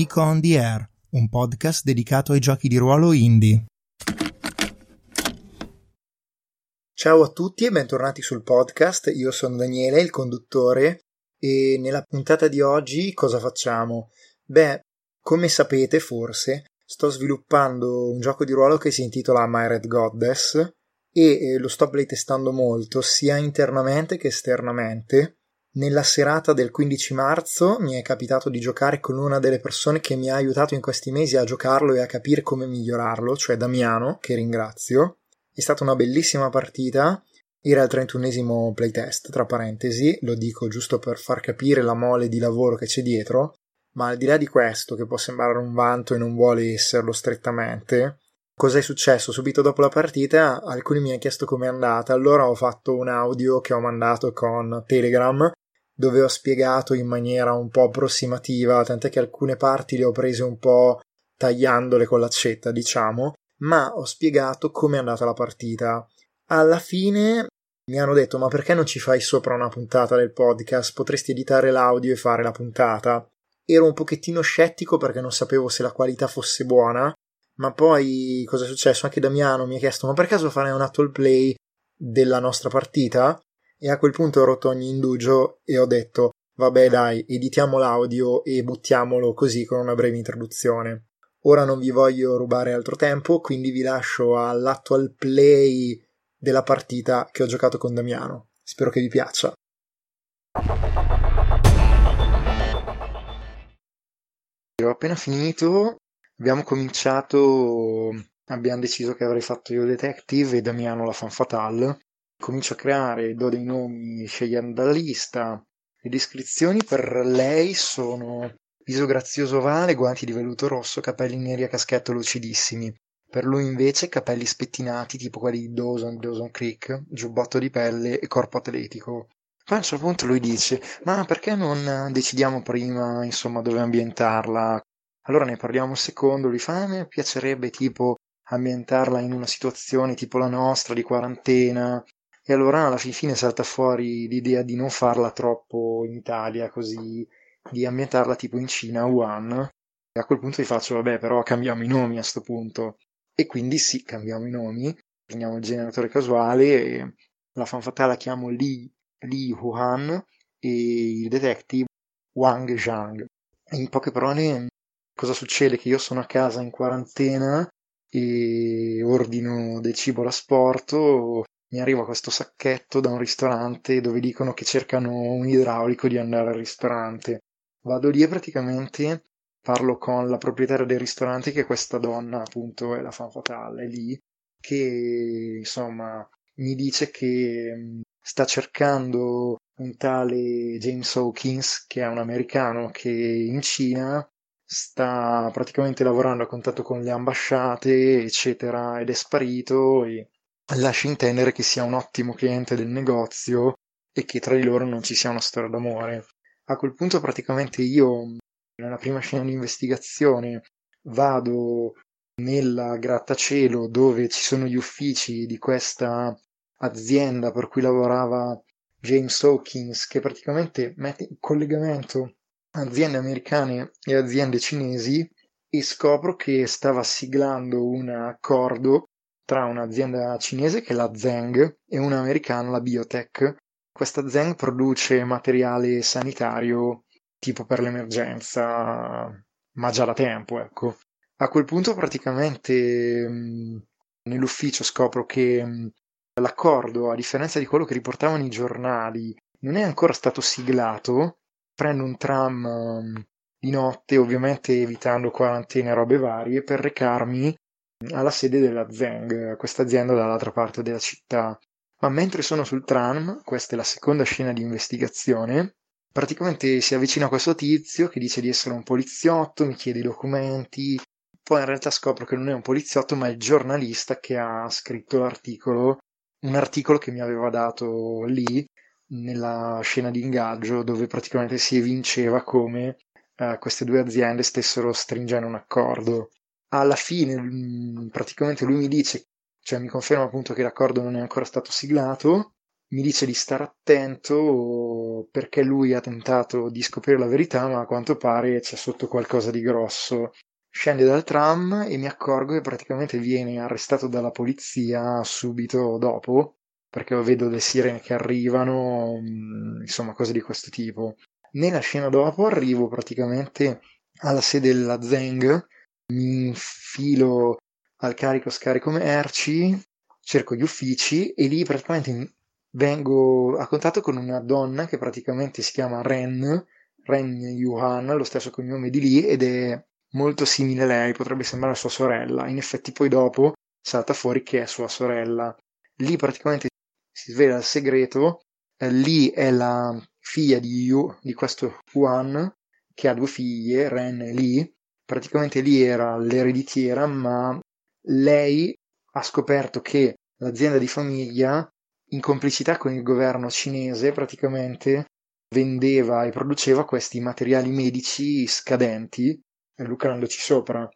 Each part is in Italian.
Geek on the Air, un podcast dedicato ai giochi di ruolo indie. Ciao a tutti e bentornati sul podcast, io sono Daniele, il conduttore, e nella puntata di oggi cosa facciamo? Beh, come sapete forse, sto sviluppando un gioco di ruolo che si intitola My Red Goddess e lo sto playtestando molto, sia internamente che esternamente. Nella serata del 15 marzo mi è capitato di giocare con una delle persone che mi ha aiutato in questi mesi a giocarlo e a capire come migliorarlo, cioè Damiano, che ringrazio. È stata una bellissima partita, era il 31esimo playtest, tra parentesi, lo dico giusto per far capire la mole di lavoro che c'è dietro, ma al di là di questo, che può sembrare un vanto e non vuole esserlo strettamente, cosa è successo? Subito dopo la partita alcuni mi hanno chiesto com'è andata, allora ho fatto un audio che ho mandato con Telegram, dove ho spiegato in maniera un po' approssimativa, tant'è che alcune parti le ho prese un po' tagliandole con l'accetta, diciamo, ma ho spiegato come è andata la partita. Alla fine mi hanno detto: ma perché non ci fai sopra una puntata del podcast? Potresti editare l'audio e fare la puntata. Ero un pochettino scettico perché non sapevo se la qualità fosse buona, ma poi cosa è successo? Anche Damiano mi ha chiesto: ma per caso fare un actual play della nostra partita? E a quel punto ho rotto ogni indugio e ho detto: vabbè dai, editiamo l'audio e buttiamolo così con una breve introduzione. Ora non vi voglio rubare altro tempo, quindi vi lascio all'actual play della partita che ho giocato con Damiano. Spero che vi piaccia. Ho appena finito, abbiamo deciso che avrei fatto io detective e Damiano la femme fatale. Comincio a creare, do dei nomi scegliendo dalla lista. Le descrizioni per lei sono: viso grazioso ovale, guanti di velluto rosso, capelli neri a caschetto lucidissimi. Per lui invece capelli spettinati tipo quelli di Dawson Creek, giubbotto di pelle e corpo atletico. Poi a un certo punto lui dice: ma perché non decidiamo prima, insomma, dove ambientarla? Allora ne parliamo un secondo. Lui fa: a me piacerebbe tipo ambientarla in una situazione tipo la nostra, di quarantena. E allora alla fine salta fuori l'idea di non farla troppo in Italia, così, di ambientarla tipo in Cina, Wuhan. E a quel punto gli faccio: vabbè, però cambiamo i nomi a sto punto. E quindi sì, cambiamo i nomi, prendiamo il generatore casuale e la fan fatale la chiamo Li Huan e il detective Wang Zhang. In poche parole, cosa succede? Che io sono a casa in quarantena e ordino del cibo da asporto. Mi arriva questo sacchetto da un ristorante dove dicono che cercano un idraulico di andare al ristorante. Vado lì e praticamente parlo con la proprietaria del ristorante, che questa donna appunto è la femme fatale, è lì, che insomma mi dice che sta cercando un tale James Hawkins, che è un americano che in Cina sta praticamente lavorando a contatto con le ambasciate, eccetera, ed è sparito e lascia intendere che sia un ottimo cliente del negozio e che tra di loro non ci sia una storia d'amore. A quel punto praticamente io, nella prima scena di investigazione, vado nel grattacielo dove ci sono gli uffici di questa azienda per cui lavorava James Hawkins, che praticamente mette in collegamento aziende americane e aziende cinesi, e scopro che stava siglando un accordo tra un'azienda cinese, che è la Zheng, e una americana, la Biotech. Questa Zheng produce materiale sanitario tipo per l'emergenza, ma già da tempo, ecco. A quel punto praticamente nell'ufficio scopro che l'accordo, a differenza di quello che riportavano i giornali, non è ancora stato siglato. Prendo un tram di notte, ovviamente evitando quarantene e robe varie, per recarmi alla sede della Zheng, questa azienda dall'altra parte della città. Ma mentre sono sul tram, questa è la seconda scena di investigazione, praticamente si avvicina questo tizio che dice di essere un poliziotto, mi chiede i documenti, poi in realtà scopro che non è un poliziotto ma è il giornalista che ha scritto l'articolo, un articolo che mi aveva dato lì nella scena di ingaggio, dove praticamente si evinceva come queste due aziende stessero stringendo un accordo. Alla fine praticamente lui mi dice, cioè mi conferma appunto che l'accordo non è ancora stato siglato, mi dice di stare attento perché lui ha tentato di scoprire la verità, ma a quanto pare c'è sotto qualcosa di grosso. Scende dal tram e mi accorgo che praticamente viene arrestato dalla polizia subito dopo, perché vedo le sirene che arrivano, insomma, cose di questo tipo. Nella scena dopo arrivo praticamente alla sede della Zeng, mi infilo al carico scarico merci, cerco gli uffici e lì praticamente vengo a contatto con una donna che praticamente si chiama Ren Yuhan, lo stesso cognome di lì, ed è molto simile a lei, potrebbe sembrare sua sorella. In effetti poi dopo salta fuori che è sua sorella. Lì praticamente si svela il segreto, lì è la figlia di questo Yuan, che ha due figlie, Ren e Li. Praticamente lì era l'ereditiera, ma lei ha scoperto che l'azienda di famiglia, in complicità con il governo cinese, praticamente vendeva e produceva questi materiali medici scadenti, lucrandoci sopra.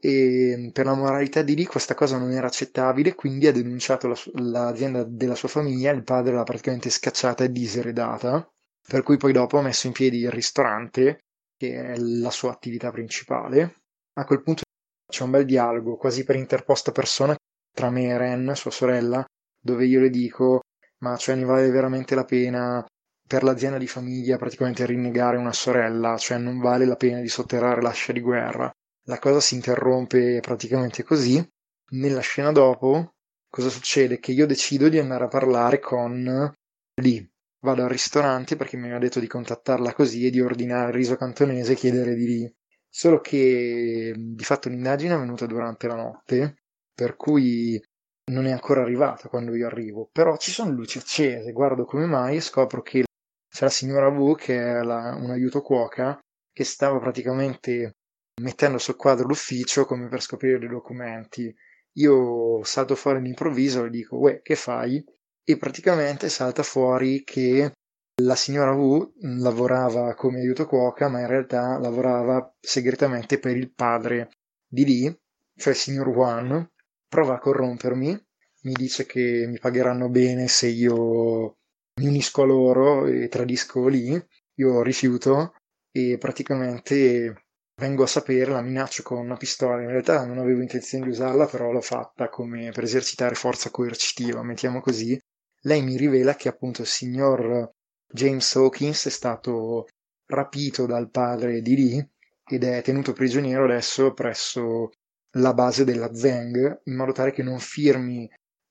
E per la moralità di lì questa cosa non era accettabile, quindi ha denunciato l'azienda della sua famiglia, il padre l'ha praticamente scacciata e diseredata, per cui poi dopo ha messo in piedi il ristorante, che è la sua attività principale. A quel punto c'è un bel dialogo, quasi per interposta persona, tra me e Ren, sua sorella, dove io le dico: ma cioè ne vale veramente la pena per l'azienda di famiglia praticamente rinnegare una sorella? Cioè non vale la pena di sotterrare l'ascia di guerra. La cosa si interrompe praticamente così. Nella scena dopo, cosa succede? Che io decido di andare a parlare con Lee. Vado al ristorante perché mi aveva detto di contattarla così e di ordinare il riso cantonese e chiedere di Lee. Solo che di fatto l'indagine è venuta durante la notte, per cui non è ancora arrivata quando io arrivo. Però ci sono luci accese, guardo come mai e scopro che c'è la signora Wu, che è un aiuto cuoca, che stava praticamente mettendo sul quadro l'ufficio come per scoprire dei documenti. Io salto fuori all'improvviso e dico: uè, che fai? E praticamente salta fuori che la signora Wu lavorava come aiuto cuoca, ma in realtà lavorava segretamente per il padre di Lee, cioè il signor Wan. Prova a corrompermi, mi dice che mi pagheranno bene se io mi unisco a loro e tradisco Lee. Io rifiuto e praticamente vengo a sapere, la minaccio con una pistola. In realtà non avevo intenzione di usarla, però l'ho fatta come per esercitare forza coercitiva, mettiamo così. Lei mi rivela che appunto il signor James Hawkins è stato rapito dal padre di Lee ed è tenuto prigioniero adesso presso la base della Zeng, in modo tale che non firmi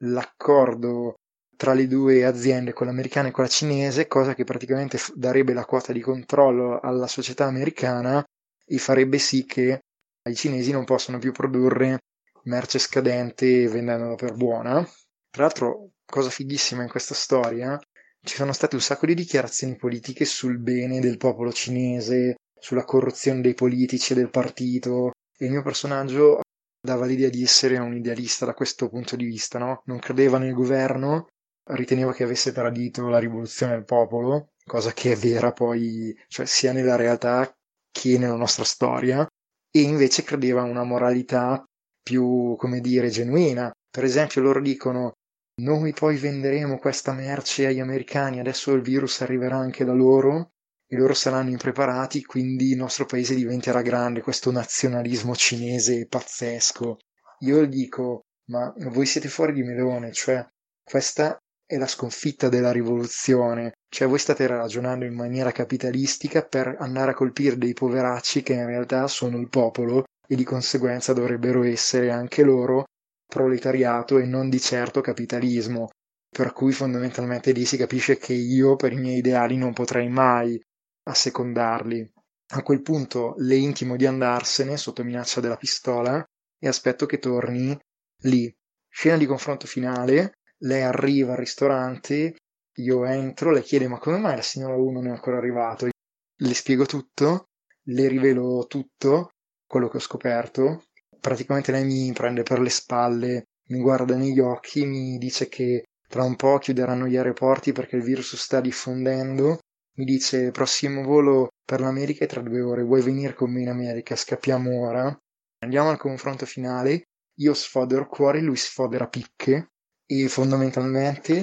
l'accordo tra le due aziende, quella americana e quella cinese, cosa che praticamente darebbe la quota di controllo alla società americana e farebbe sì che i cinesi non possano più produrre merce scadente vendendola per buona. Tra l'altro, cosa fighissima in questa storia, ci sono state un sacco di dichiarazioni politiche sul bene del popolo cinese, sulla corruzione dei politici e del partito, e il mio personaggio dava l'idea di essere un idealista da questo punto di vista, no? Non credeva nel governo, riteneva che avesse tradito la rivoluzione del popolo, cosa che è vera poi, cioè sia nella realtà che nella nostra storia, e invece credeva a una moralità più, come dire, genuina. Per esempio, loro dicono: noi poi venderemo questa merce agli americani, adesso il virus arriverà anche da loro e loro saranno impreparati, quindi il nostro paese diventerà grande, questo nazionalismo cinese pazzesco. Io dico: ma voi siete fuori di melone, cioè questa è la sconfitta della rivoluzione, cioè voi state ragionando in maniera capitalistica per andare a colpire dei poveracci che in realtà sono il popolo e di conseguenza dovrebbero essere anche loro proletariato e non di certo capitalismo, per cui fondamentalmente lì si capisce che io per i miei ideali non potrei mai assecondarli. A quel punto le intimo di andarsene sotto minaccia della pistola e aspetto che torni lì. Scena di confronto finale, lei arriva al ristorante, io entro, lei chiede: ma come mai la signora U non è ancora arrivato? Le spiego tutto, le rivelo tutto, quello che ho scoperto. Praticamente lei mi prende per le spalle, mi guarda negli occhi, mi dice che tra un po' chiuderanno gli aeroporti perché il virus sta diffondendo. Mi dice: prossimo volo per l'America è tra 2 ore, vuoi venire con me in America? Scappiamo ora. Andiamo al confronto finale, io sfodero cuore, lui sfodera picche e fondamentalmente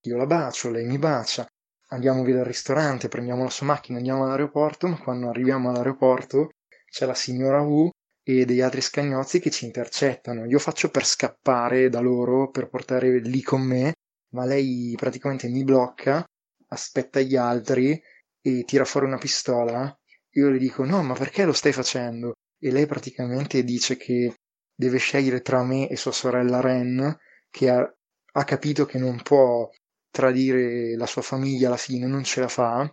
io la bacio, lei mi bacia, andiamo via dal ristorante, prendiamo la sua macchina, andiamo all'aeroporto, ma quando arriviamo all'aeroporto c'è la signora Wu e degli altri scagnozzi che ci intercettano. Io faccio per scappare da loro, per portare lì con me, ma lei praticamente mi blocca, aspetta gli altri e tira fuori una pistola. Io le dico, no, ma perché lo stai facendo? E lei praticamente dice che deve scegliere tra me e sua sorella Ren, che ha capito che non può tradire la sua famiglia alla fine, non ce la fa,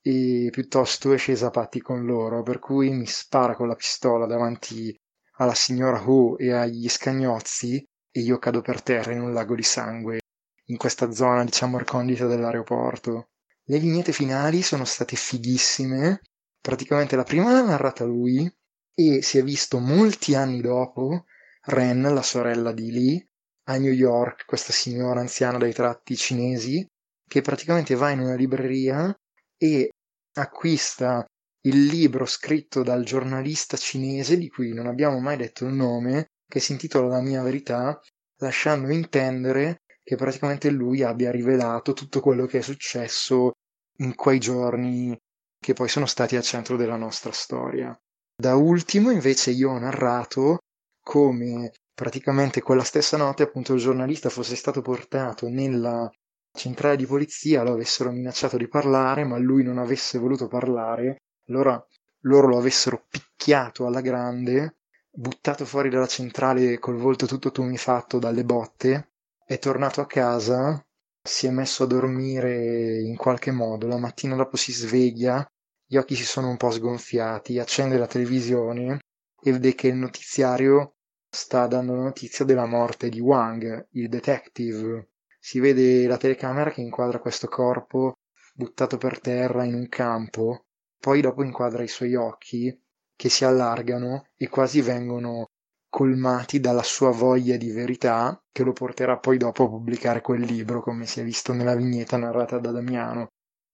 e piuttosto è scesa a patti con loro, per cui mi spara con la pistola davanti alla signora Hu e agli scagnozzi e io cado per terra in un lago di sangue, in questa zona, diciamo, recondita dell'aeroporto. Le vignette finali sono state fighissime, praticamente la prima l'ha narrata lui e si è visto molti anni dopo Ren, la sorella di Lee, a New York, questa signora anziana dai tratti cinesi, che praticamente va in una libreria e acquista il libro scritto dal giornalista cinese, di cui non abbiamo mai detto il nome, che si intitola La mia verità, lasciando intendere che praticamente lui abbia rivelato tutto quello che è successo in quei giorni che poi sono stati al centro della nostra storia. Da ultimo, invece, io ho narrato come praticamente quella stessa notte, appunto, il giornalista fosse stato portato nella centrale di polizia, lo avessero minacciato di parlare, ma lui non avesse voluto parlare, allora loro lo avessero picchiato alla grande, buttato fuori dalla centrale col volto tutto tumefatto dalle botte, è tornato a casa, si è messo a dormire in qualche modo, la mattina dopo si sveglia, gli occhi si sono un po' sgonfiati, accende la televisione e vede che il notiziario sta dando la notizia della morte di Wang, il detective. Si vede la telecamera che inquadra questo corpo buttato per terra in un campo, poi dopo inquadra i suoi occhi che si allargano e quasi vengono colmati dalla sua voglia di verità che lo porterà poi dopo a pubblicare quel libro, come si è visto nella vignetta narrata da Damiano.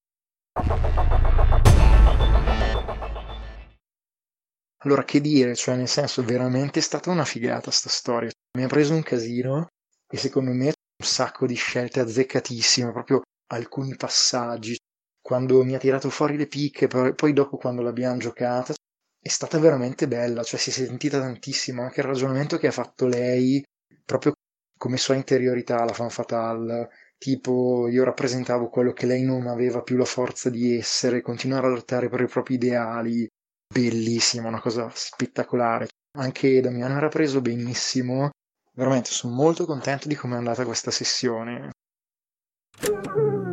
Allora, che dire, cioè nel senso veramente è stata una figata sta storia. Mi ha preso un casino e secondo me un sacco di scelte azzeccatissime, proprio alcuni passaggi. Quando mi ha tirato fuori le picche, poi dopo quando l'abbiamo giocata, è stata veramente bella, cioè si è sentita tantissimo anche il ragionamento che ha fatto lei, proprio come sua interiorità, la femme fatale. Tipo, io rappresentavo quello che lei non aveva più la forza di essere, continuare a lottare per i propri ideali. Bellissima, una cosa spettacolare. Anche Damiano era preso benissimo. Veramente sono molto contento di come è andata questa sessione.